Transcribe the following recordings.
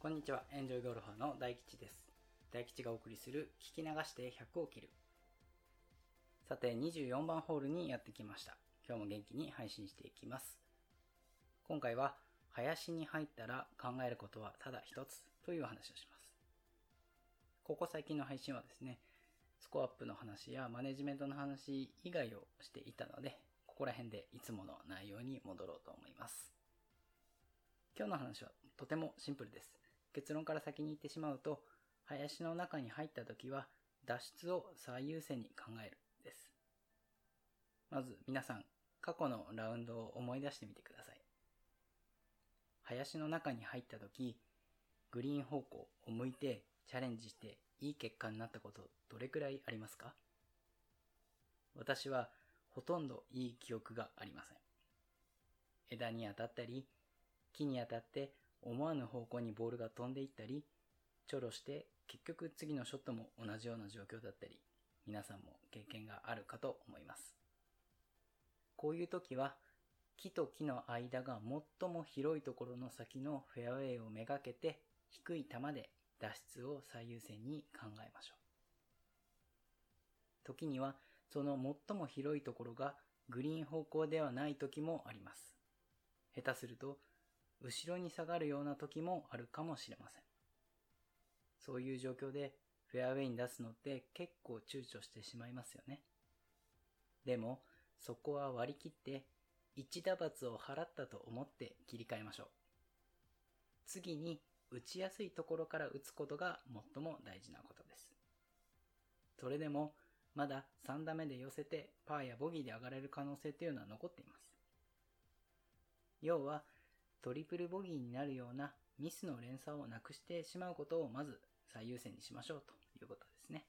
こんにちは、エンジョイゴルファーの大吉です。大吉がお送りする聞き流して100を切る。さて、24番ホールにやってきました。今日も元気に配信していきます。今回は、林に入ったら考えることはただ一つという話をします。ここ最近の配信はですね、スコアアップの話やマネジメントの話以外をしていたので、ここら辺でいつもの内容に戻ろうと思います。今日の話はとてもシンプルです。結論から先に言ってしまうと、林の中に入った時は脱出を最優先に考えるです。まず皆さん、過去のラウンドを思い出してみてください。林の中に入った時、グリーン方向を向いてチャレンジしていい結果になったことどれくらいありますか？私はほとんどいい記憶がありません。枝に当たったり、木に当たって思わぬ方向にボールが飛んでいったり、チョロして結局次のショットも同じような状況だったり、皆さんも経験があるかと思います。こういう時は、木と木の間が最も広いところの先のフェアウェイをめがけて、低い球で脱出を最優先に考えましょう。時には、その最も広いところがグリーン方向ではない時もあります。下手すると、後ろに下がるような時もあるかもしれません。そういう状況でフェアウェイに出すのって結構躊躇してしまいますよね。でも、そこは割り切って一打罰を払ったと思って切り替えましょう。次に打ちやすいところから打つことが最も大事なことです。それでもまだ3打目で寄せてパーやボギーで上がれる可能性というのは残っています。要はトリプルボギーになるようなミスの連鎖をなくしてしまうことをまず最優先にしましょうということですね。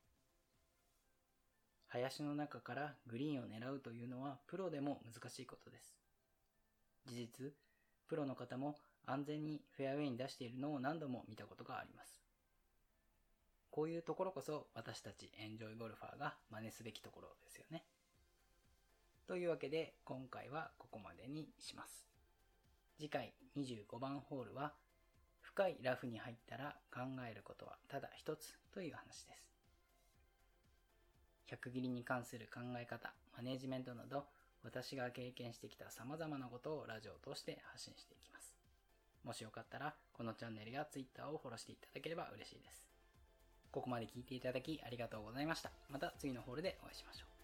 林の中からグリーンを狙うというのはプロでも難しいことです。事実、プロの方も安全にフェアウェイに出しているのを何度も見たことがあります。こういうところこそ私たちエンジョイゴルファーが真似すべきところですよね。というわけで今回はここまでにします。次回25番ホールは深いラフに入ったら考えることはただ一つという話です。100切りに関する考え方、マネジメントなど私が経験してきた様々なことをラジオを通して発信していきます。もしよかったらこのチャンネルや Twitter をフォローしていただければ嬉しいです。ここまで聞いていただきありがとうございました。また次のホールでお会いしましょう。